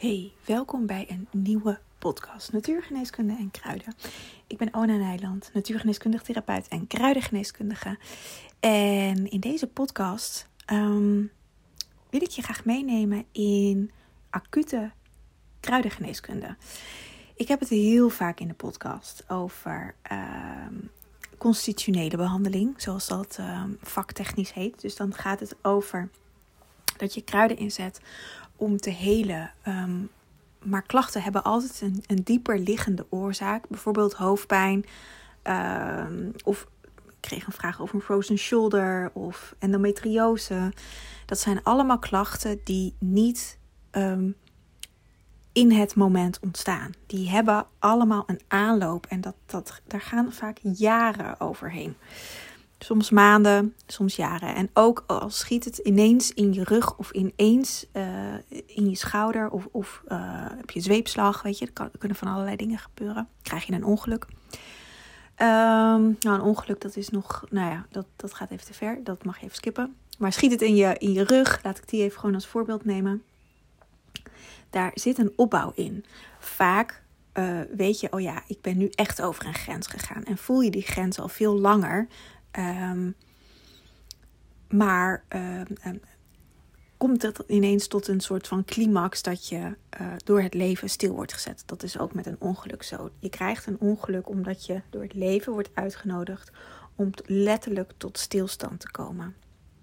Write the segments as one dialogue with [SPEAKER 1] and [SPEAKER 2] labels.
[SPEAKER 1] Hey, welkom bij een nieuwe podcast Natuurgeneeskunde en Kruiden. Ik ben Ona Nijland, natuurgeneeskundig therapeut en kruidengeneeskundige. En in deze podcast wil ik je graag meenemen in acute kruidengeneeskunde. Ik heb het heel vaak in de podcast over constitutionele behandeling, zoals dat vaktechnisch heet. Dus dan gaat het over dat je kruiden inzet om te helen. Maar klachten hebben altijd een dieper liggende oorzaak. Bijvoorbeeld hoofdpijn. Of ik kreeg een vraag over een frozen shoulder of endometriose. Dat zijn allemaal klachten die niet in het moment ontstaan. Die hebben allemaal een aanloop. En daar gaan vaak jaren overheen. Soms maanden, soms jaren. En ook al schiet het ineens in je rug of ineens in je schouder of heb je zweepslag, weet je. Er kunnen van allerlei dingen gebeuren. Krijg je een ongeluk. Een ongeluk dat is nog, dat gaat even te ver. Dat mag je even skippen. Maar schiet het in je rug, laat ik die even gewoon als voorbeeld nemen. Daar zit een opbouw in. Vaak weet je, ik ben nu echt over een grens gegaan. En voel je die grens al veel langer. Maar komt het ineens tot een soort van climax dat je door het leven stil wordt gezet. Dat is ook met een ongeluk zo. Je krijgt een ongeluk omdat je door het leven wordt uitgenodigd om letterlijk tot stilstand te komen.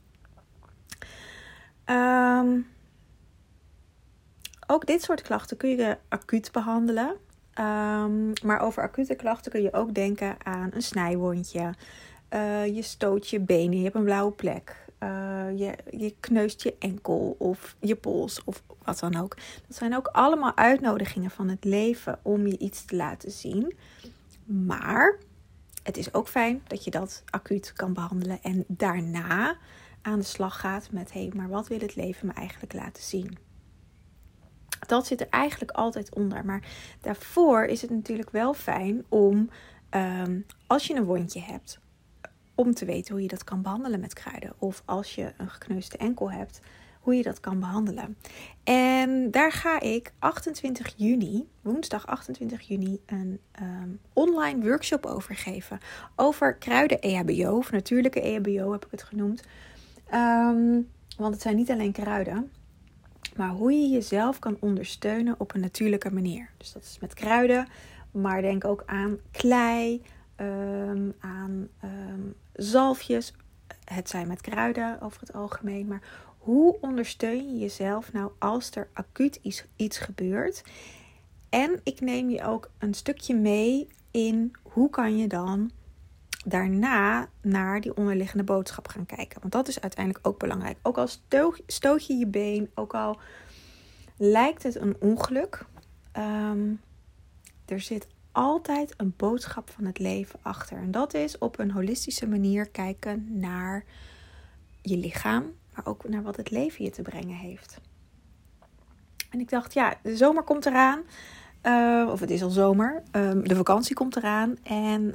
[SPEAKER 1] Ook dit soort klachten kun je acuut behandelen. Maar over acute klachten kun je ook denken aan een snijwondje. Je stoot je benen, je hebt een blauwe plek. Je kneust je enkel of je pols of wat dan ook. Dat zijn ook allemaal uitnodigingen van het leven om je iets te laten zien. Maar het is ook fijn dat je dat acuut kan behandelen. En daarna aan de slag gaat met, maar wat wil het leven me eigenlijk laten zien? Dat zit er eigenlijk altijd onder. Maar daarvoor is het natuurlijk wel fijn om, als je een wondje hebt, om te weten hoe je dat kan behandelen met kruiden. Of als je een gekneusde enkel hebt, hoe je dat kan behandelen. En daar ga ik woensdag 28 juni, een online workshop over geven. Over kruiden-EHBO, of natuurlijke EHBO heb ik het genoemd. Want het zijn niet alleen kruiden, maar hoe je jezelf kan ondersteunen op een natuurlijke manier. Dus dat is met kruiden, maar denk ook aan klei, aan zalfjes. Het zijn met kruiden over het algemeen. Maar hoe ondersteun je jezelf nou als er acuut iets gebeurt? En ik neem je ook een stukje mee in hoe kan je dan daarna naar die onderliggende boodschap gaan kijken. Want dat is uiteindelijk ook belangrijk. Ook al stoot je je been, ook al lijkt het een ongeluk, er zit altijd een boodschap van het leven achter. En dat is op een holistische manier kijken naar je lichaam, maar ook naar wat het leven je te brengen heeft. En ik dacht, de zomer komt eraan. Of het is al zomer. De vakantie komt eraan. En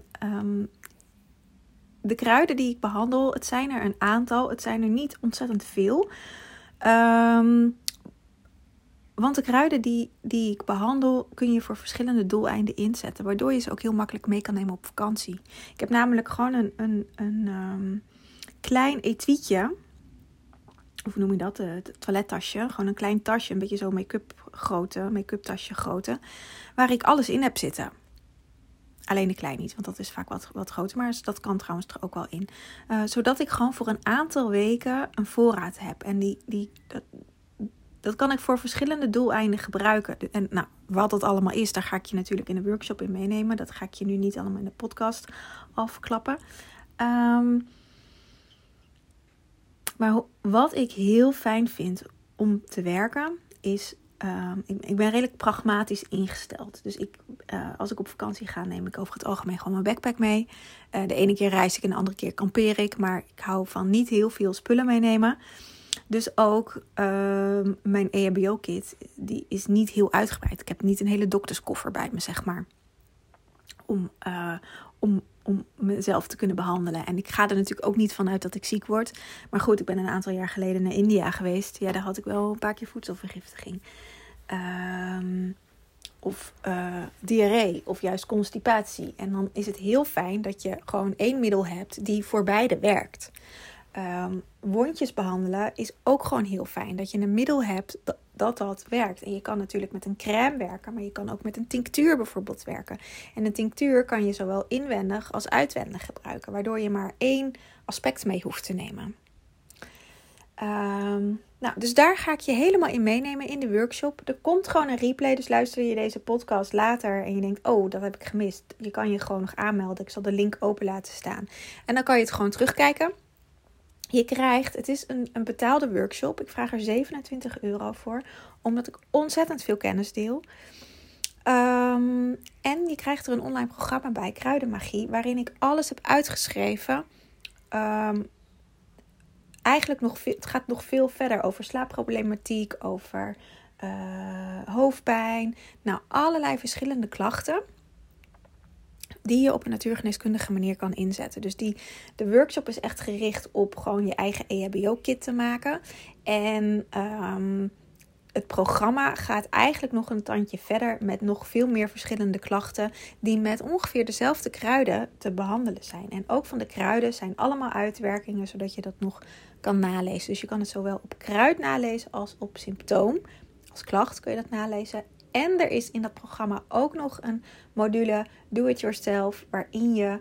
[SPEAKER 1] de kruiden die ik behandel, het zijn er een aantal. Het zijn er niet ontzettend veel. Want de kruiden die ik behandel kun je voor verschillende doeleinden inzetten. Waardoor je ze ook heel makkelijk mee kan nemen op vakantie. Ik heb namelijk gewoon een klein etuietje. Of hoe noem je dat? Het toilettasje. Gewoon een klein tasje. Een beetje zo make-up tasje grootte. Waar ik alles in heb zitten. Alleen de klein niet, want dat is vaak wat groter. Maar dat kan trouwens er ook wel in. Zodat ik gewoon voor een aantal weken een voorraad heb. En dat kan ik voor verschillende doeleinden gebruiken. En wat dat allemaal is, daar ga ik je natuurlijk in de workshop in meenemen. Dat ga ik je nu niet allemaal in de podcast afklappen. Maar wat ik heel fijn vind om te werken is, ik ben redelijk pragmatisch ingesteld. Dus als ik op vakantie ga, neem ik over het algemeen gewoon mijn backpack mee. De ene keer reis ik en de andere keer kampeer ik. Maar ik hou van niet heel veel spullen meenemen. Dus ook mijn EHBO-kit, die is niet heel uitgebreid. Ik heb niet een hele dokterskoffer bij me, zeg maar. Om mezelf te kunnen behandelen. En ik ga er natuurlijk ook niet vanuit dat ik ziek word. Maar goed, ik ben een aantal jaar geleden naar India geweest. Ja, daar had ik wel een paar keer voedselvergiftiging. diarree of juist constipatie. En dan is het heel fijn dat je gewoon 1 middel hebt die voor beide werkt. Wondjes behandelen is ook gewoon heel fijn. Dat je een middel hebt dat werkt. En je kan natuurlijk met een crème werken, maar je kan ook met een tinctuur bijvoorbeeld werken. En een tinctuur kan je zowel inwendig als uitwendig gebruiken, waardoor je maar 1 aspect mee hoeft te nemen. Dus daar ga ik je helemaal in meenemen in de workshop. Er komt gewoon een replay, dus luister je deze podcast later en je denkt, oh, dat heb ik gemist. Je kan je gewoon nog aanmelden. Ik zal de link open laten staan. En dan kan je het gewoon terugkijken. Je krijgt, het is een betaalde workshop. Ik vraag er €27 voor, omdat ik ontzettend veel kennis deel. En je krijgt er een online programma bij, Kruidenmagie, waarin ik alles heb uitgeschreven. Eigenlijk het gaat nog veel verder over slaapproblematiek, over hoofdpijn. Nou, allerlei verschillende klachten die je op een natuurgeneeskundige manier kan inzetten. Dus de workshop is echt gericht op gewoon je eigen EHBO-kit te maken. En het programma gaat eigenlijk nog een tandje verder met nog veel meer verschillende klachten die met ongeveer dezelfde kruiden te behandelen zijn. En ook van de kruiden zijn allemaal uitwerkingen, zodat je dat nog kan nalezen. Dus je kan het zowel op kruid nalezen als op symptoom. Als klacht kun je dat nalezen. En er is in dat programma ook nog een module Do It Yourself, waarin je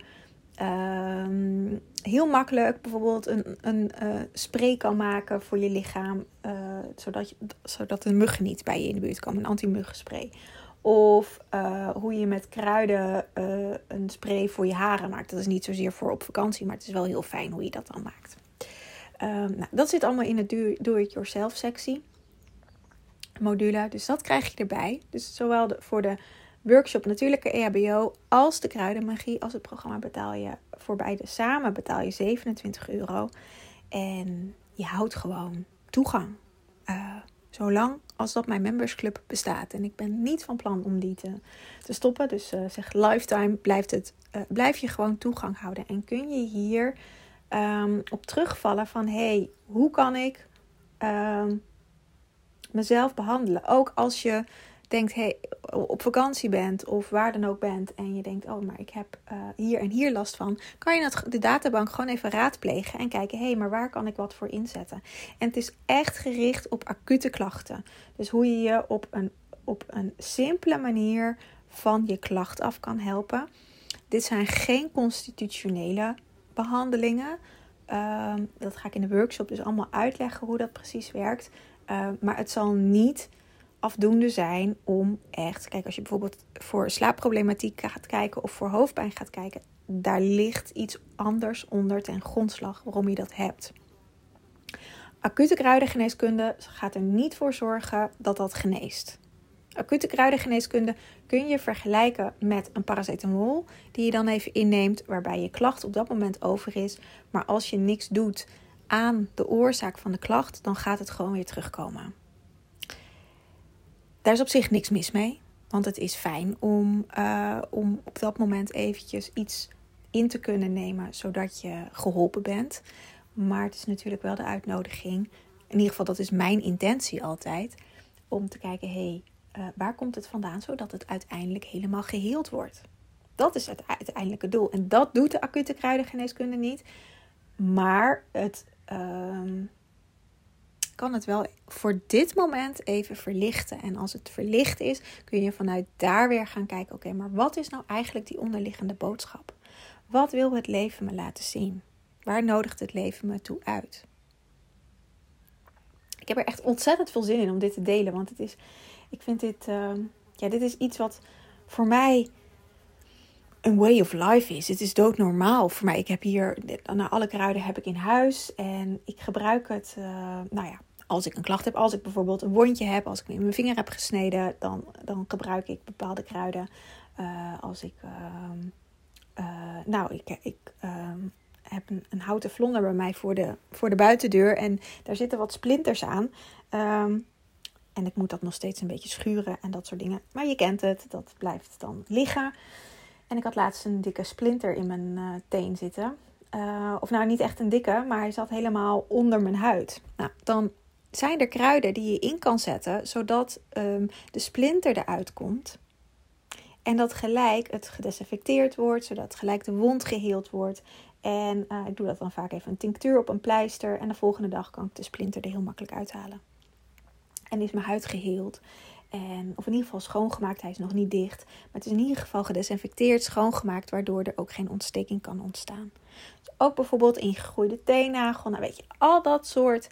[SPEAKER 1] heel makkelijk bijvoorbeeld een spray kan maken voor je lichaam, zodat de muggen niet bij je in de buurt komen, een anti-muggenspray. Of hoe je met kruiden een spray voor je haren maakt. Dat is niet zozeer voor op vakantie, maar het is wel heel fijn hoe je dat dan maakt. Dat zit allemaal in de Do It Yourself sectie. Module, dus dat krijg je erbij. Dus zowel voor de workshop natuurlijke EHBO als de kruidenmagie als het programma betaal je voor beide samen betaal je €27. En je houdt gewoon toegang. Zolang als dat mijn membersclub bestaat. En ik ben niet van plan om die te stoppen. Dus zeg lifetime blijf je gewoon toegang houden. En kun je hier op terugvallen van hoe kan ik mezelf behandelen. Ook als je denkt, op vakantie bent of waar dan ook bent en je denkt, oh, maar ik heb hier en hier last van, kan je de databank gewoon even raadplegen en kijken, maar waar kan ik wat voor inzetten? En het is echt gericht op acute klachten. Dus hoe je je op een simpele manier van je klacht af kan helpen. Dit zijn geen constitutionele behandelingen. Dat ga ik in de workshop dus allemaal uitleggen hoe dat precies werkt. Maar het zal niet afdoende zijn om echt... Kijk, als je bijvoorbeeld voor slaapproblematiek gaat kijken of voor hoofdpijn gaat kijken, daar ligt iets anders onder ten grondslag waarom je dat hebt. Acute kruidengeneeskunde gaat er niet voor zorgen dat dat geneest. Acute kruidengeneeskunde kun je vergelijken met een paracetamol die je dan even inneemt, waarbij je klacht op dat moment over is. Maar als je niks doet aan de oorzaak van de klacht, dan gaat het gewoon weer terugkomen. Daar is op zich niks mis mee, want het is fijn om op dat moment eventjes iets in te kunnen nemen, zodat je geholpen bent. Maar het is natuurlijk wel de uitnodiging, in ieder geval dat is mijn intentie altijd, om te kijken, waar komt het vandaan, zodat het uiteindelijk helemaal geheeld wordt. Dat is het uiteindelijke doel. En dat doet de acute kruidengeneeskunde niet. Maar het kan het wel voor dit moment even verlichten. En als het verlicht is, kun je vanuit daar weer gaan kijken, oké, maar wat is nou eigenlijk die onderliggende boodschap? Wat wil het leven me laten zien? Waar nodigt het leven me toe uit? Ik heb er echt ontzettend veel zin in om dit te delen. Want ik vind dit is iets wat voor mij een way of life is. Het is doodnormaal voor mij. Ik heb hier, alle kruiden heb ik in huis. En ik gebruik het, als ik een klacht heb. Als ik bijvoorbeeld een wondje heb. Als ik me in mijn vinger heb gesneden. Dan gebruik ik bepaalde kruiden. Als ik heb een houten vlonder bij mij voor de buitendeur. En daar zitten wat splinters aan. En ik moet dat nog steeds een beetje schuren en dat soort dingen. Maar je kent het, dat blijft dan liggen. En ik had laatst een dikke splinter in mijn teen zitten. Niet echt een dikke, maar hij zat helemaal onder mijn huid. Nou, dan zijn er kruiden die je in kan zetten, zodat de splinter eruit komt. En dat gelijk het gedesinfecteerd wordt, zodat gelijk de wond geheeld wordt. En ik doe dat dan vaak even een tinctuur op een pleister. En de volgende dag kan ik de splinter er heel makkelijk uithalen. En is mijn huid geheeld. Of in ieder geval schoongemaakt. Hij is nog niet dicht. Maar het is in ieder geval gedesinfecteerd, schoongemaakt. Waardoor er ook geen ontsteking kan ontstaan. Dus ook bijvoorbeeld ingegroeide teennagel. Nou weet je, al dat soort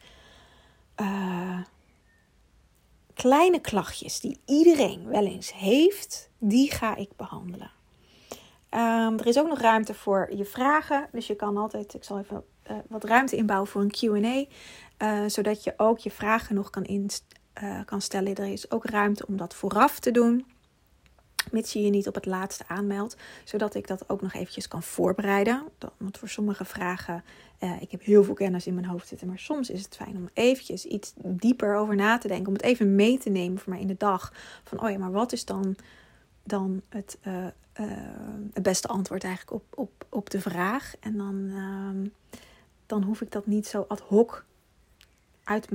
[SPEAKER 1] kleine klachtjes die iedereen wel eens heeft. Die ga ik behandelen. Er is ook nog ruimte voor je vragen. Dus je kan altijd, ik zal even wat ruimte inbouwen voor een Q&A. Zodat je ook je vragen nog kan stellen. Er is ook ruimte om dat vooraf te doen. Mits je je niet op het laatste aanmeldt. Zodat ik dat ook nog eventjes kan voorbereiden. Want voor sommige vragen, ik heb heel veel kennis in mijn hoofd zitten. Maar soms is het fijn om eventjes iets dieper over na te denken. Om het even mee te nemen voor mij in de dag. Van oh ja, maar wat is dan het beste antwoord eigenlijk op de vraag. En dan hoef ik dat niet zo ad hoc uit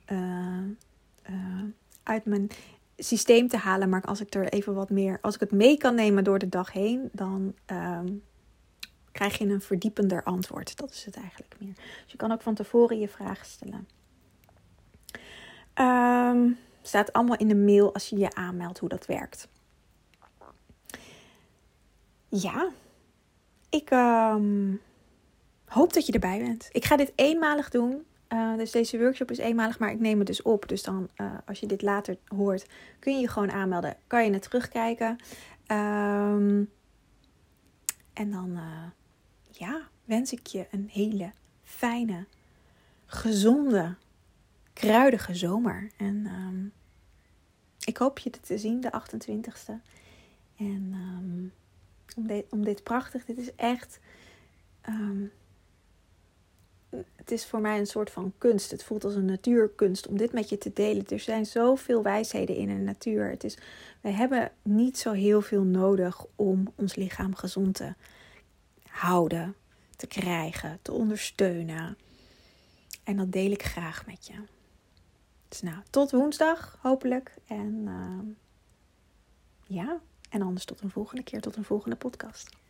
[SPEAKER 1] mijn systeem te halen. Maar als ik er even wat meer, als ik het mee kan nemen door de dag heen, dan krijg je een verdiepender antwoord. Dat is het eigenlijk meer. Dus je kan ook van tevoren je vragen stellen. Staat allemaal in de mail als je je aanmeldt hoe dat werkt. Ja, ik hoop dat je erbij bent. Ik ga dit eenmalig doen. Dus deze workshop is eenmalig, maar ik neem het dus op. Dus dan, als je dit later hoort, kun je je gewoon aanmelden. Kan je het terugkijken. En dan wens ik je een hele fijne, gezonde, kruidige zomer. En ik hoop je te zien de 28e. En om dit prachtig, dit is echt... het is voor mij een soort van kunst. Het voelt als een natuurkunst om dit met je te delen. Er zijn zoveel wijsheden in de natuur. Wij hebben niet zo heel veel nodig om ons lichaam gezond te houden, te krijgen, te ondersteunen. En dat deel ik graag met je. Dus nou, tot woensdag hopelijk. En en anders tot een volgende keer, tot een volgende podcast.